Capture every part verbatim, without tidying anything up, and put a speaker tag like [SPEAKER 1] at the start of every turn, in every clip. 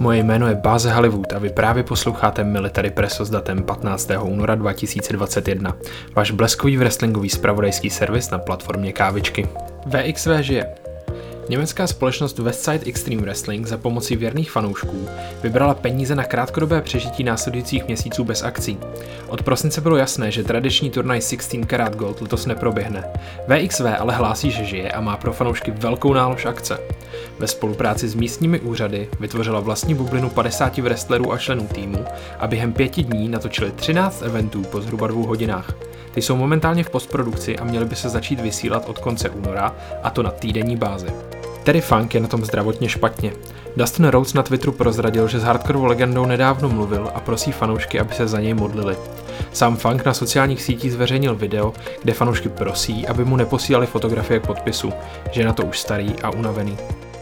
[SPEAKER 1] Moje jméno je Báze Hollywood a vy právě posloucháte Military Presso s datem patnáctého února dva tisíce dvacet jedna, váš bleskový wrestlingový zpravodajský servis na platformě Kávičky. V X V žije. Německá společnost Westside Extreme Wrestling za pomocí věrných fanoušků vybrala peníze na krátkodobé přežití následujících měsíců bez akcí. Od prosince bylo jasné, že tradiční turnaj šestnáct karat gold letos neproběhne. V X V ale hlásí, že žije a má pro fanoušky velkou nálož akce. Ve spolupráci s místními úřady vytvořila vlastní bublinu padesáti wrestlerů a členů týmu a během pěti dní natočili třináct eventů po zhruba dvou hodinách. Ty jsou momentálně v postprodukci a měly by se začít vysílat od konce února, a to na týdenní bázi. Terry Funk je na tom zdravotně špatně. Dustin Rhodes na Twitteru prozradil, že s hardcoreovou legendou nedávno mluvil a prosí fanoušky, aby se za něj modlili. Sám Funk na sociálních sítích zveřejnil video, kde fanoušky prosí, aby mu neposílali fotografie k podpisu, že je na to už starý a unavený.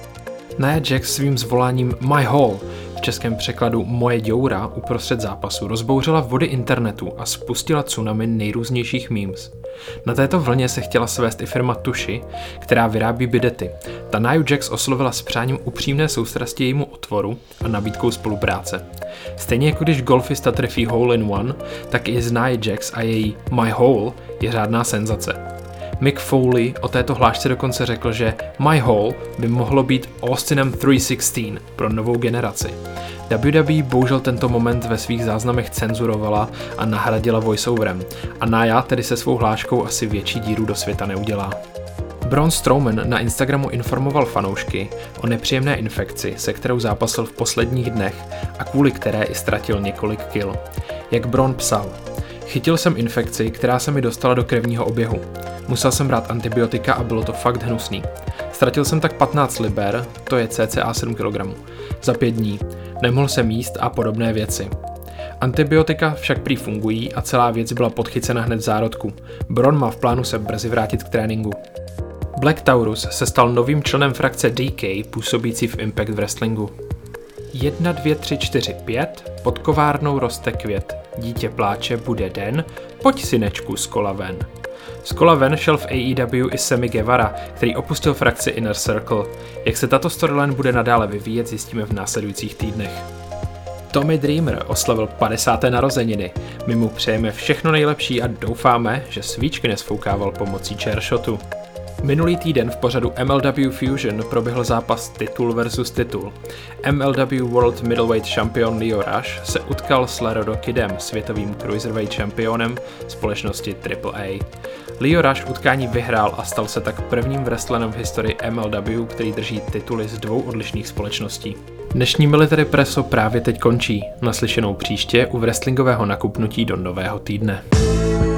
[SPEAKER 1] Nia Jax svým zvoláním My Hall, v českém překladu Moje děura, uprostřed zápasu rozbouřila vody internetu a spustila tsunami nejrůznějších memes. Na této vlně se chtěla svést i firma Tushy, která vyrábí bidety. Ta Niu Jax oslovila s přáním upřímné soustrasti jejímu otvoru a nabídkou spolupráce. Stejně jako když golfista trefí hole in one, tak i z Nia Jax a její My Hole je řádná senzace. Mick Foley o této hlášce dokonce řekl, že My Hole by mohlo být Austinem tři sta šestnáct pro novou generaci. W W E bohužel tento moment ve svých záznamech cenzurovala a nahradila voiceoverem a Nia tedy se svou hláškou asi větší díru do světa neudělá. Braun Strowman na Instagramu informoval fanoušky o nepříjemné infekci, se kterou zápasil v posledních dnech a kvůli které i ztratil několik kil. Jak Braun psal: Chytil jsem infekci, která se mi dostala do krevního oběhu. Musel jsem brát antibiotika a bylo to fakt hnusný. Ztratil jsem tak patnáct liber, to je cca sedm kilogramů, za pět dní. Nemohl jsem jíst a podobné věci. Antibiotika však prý fungují a celá věc byla podchycena hned v zárodku. Braun má v plánu se brzy vrátit k tréninku. Black Taurus se stal novým členem frakce D K působící v Impact Wrestlingu. Jedna, dvě, tři, čtyři, pět, pod kovárnou roste květ. Dítě pláče, bude den, pojď synečku z kola ven. Z kola ven šel v A E W i Sammy Guevara, který opustil frakci Inner Circle. Jak se tato storyline bude nadále vyvíjet, zjistíme v následujících týdnech. Tommy Dreamer oslavil padesáté narozeniny. My mu přejeme všechno nejlepší a doufáme, že svíčky nesfoukával pomocí chairshotu. Minulý týden v pořadu M L W Fusion proběhl zápas titul versus titul. M L W World Middleweight Champion Lio Rush se utkal s Laredo Kidem, světovým cruiserweight championem společnosti Triple A. Lio Rush utkání vyhrál a stal se tak prvním wrestlerem v historii M L W, který drží tituly z dvou odlišných společností. Dnešní Military Presso právě teď končí. Naslyšenou příště u wrestlingového nakupnutí do nového týdne.